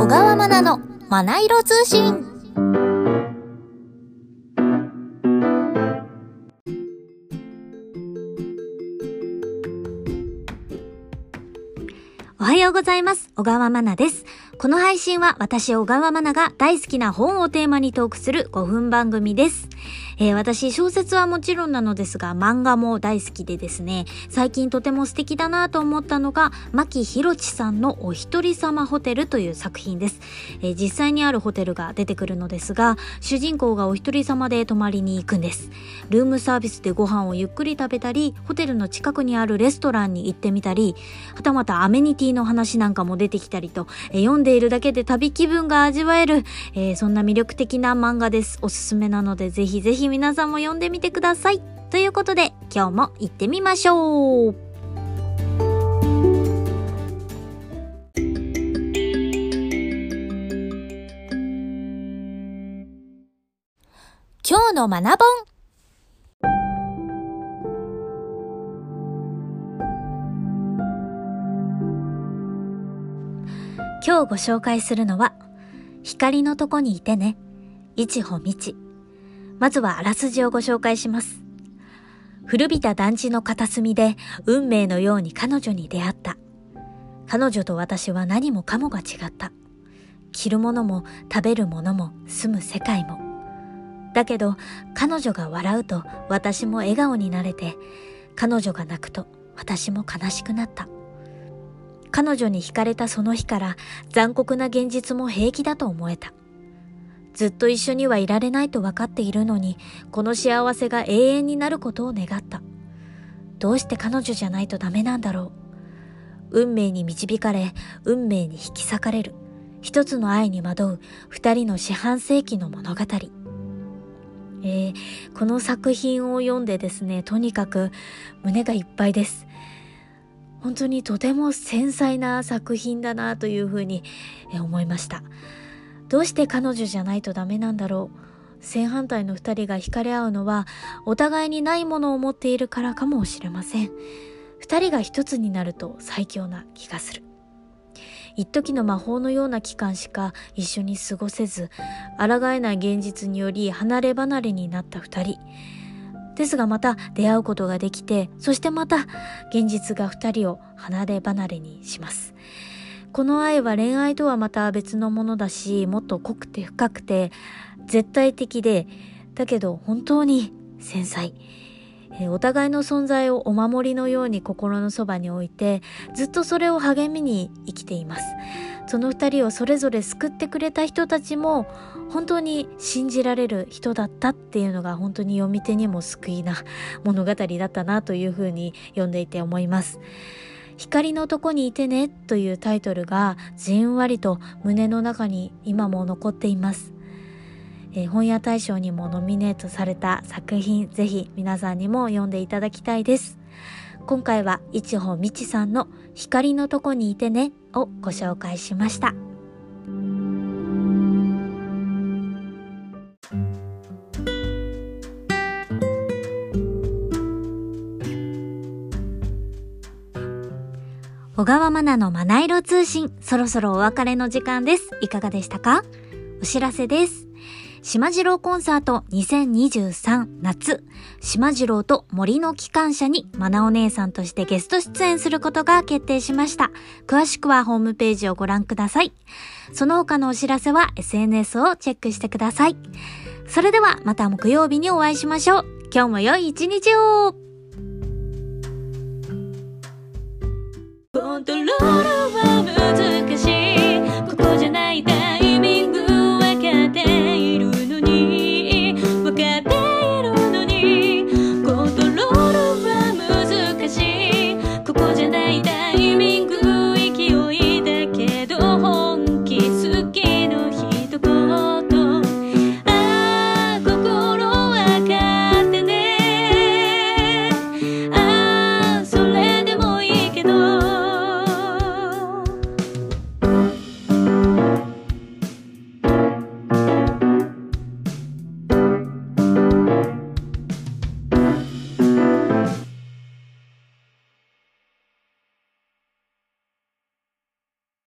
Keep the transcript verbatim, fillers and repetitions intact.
川まなのまな色通信。おはようございます。小川まなです。この配信は私小川まなが大好きな本をテーマにトークするごふん番組です。えー、私小説はもちろんなのですが漫画も大好きでですね、最近とても素敵だなと思ったのが牧博地さんのお一人様ホテルという作品です。えー、実際にあるホテルが出てくるのですが、主人公がお一人様で泊まりに行くんです。ルームサービスでご飯をゆっくり食べたり、ホテルの近くにあるレストランに行ってみたり、はたまたアメニティの話なんかも出てきたりと、えー、読んでいるだけで旅気分が味わえる、えー、そんな魅力的な漫画です。おすすめなのでぜひぜひ皆さんも読んでみてください。ということで今日も行ってみましょう。今日の学ぼん。今日ご紹介するのは光のとこにいてね、一穂みち。まずはあらすじをご紹介します。古びた団地の片隅で運命のように彼女に出会った。彼女と私は何もかもが違った。着るものも食べるものも住む世界も。だけど彼女が笑うと私も笑顔になれて、彼女が泣くと私も悲しくなった。彼女に惹かれたその日から残酷な現実も平気だと思えた。ずっと一緒にはいられないと分かっているのに、この幸せが永遠になることを願った。どうして彼女じゃないとダメなんだろう。運命に導かれ、運命に引き裂かれる。一つの愛に惑う二人の四半世紀の物語。えー、この作品を読んでですね、とにかく胸がいっぱいです。本当にとても繊細な作品だなというふうに思いました。どうして彼女じゃないとダメなんだろう。正反対の二人が惹かれ合うのはお互いにないものを持っているからかもしれません。二人が一つになると最強な気がする。一時の魔法のような期間しか一緒に過ごせず、抗えない現実により離れ離れになった二人ですが、また出会うことができて、そしてまた現実が二人を離れ離れにします。この愛は恋愛とはまた別のものだし、もっと濃くて深くて絶対的で、だけど本当に繊細。えー、お互いの存在をお守りのように心のそばに置いて、ずっとそれを励みに生きています。その二人をそれぞれ救ってくれた人たちも本当に信じられる人だったっていうのが、本当に読み手にも救いな物語だったなというふうに読んでいて思います。光のとこにいてねというタイトルがじんわりと胸の中に今も残っています。えー、本屋大賞にもノミネートされた作品、ぜひ皆さんにも読んでいただきたいです。今回は一穂みちさんの光のとこにいてねをご紹介しました。小川まなのまな色通信、そろそろお別れの時間です。いかがでしたか？お知らせです。島次郎コンサートにせんにじゅうさん夏、島次郎と森の機関車にまなお姉さんとしてゲスト出演することが決定しました。詳しくはホームページをご覧ください。その他のお知らせは エスエヌエス をチェックしてください。それではまた木曜日にお会いしましょう。今日も良い一日を。コントロールは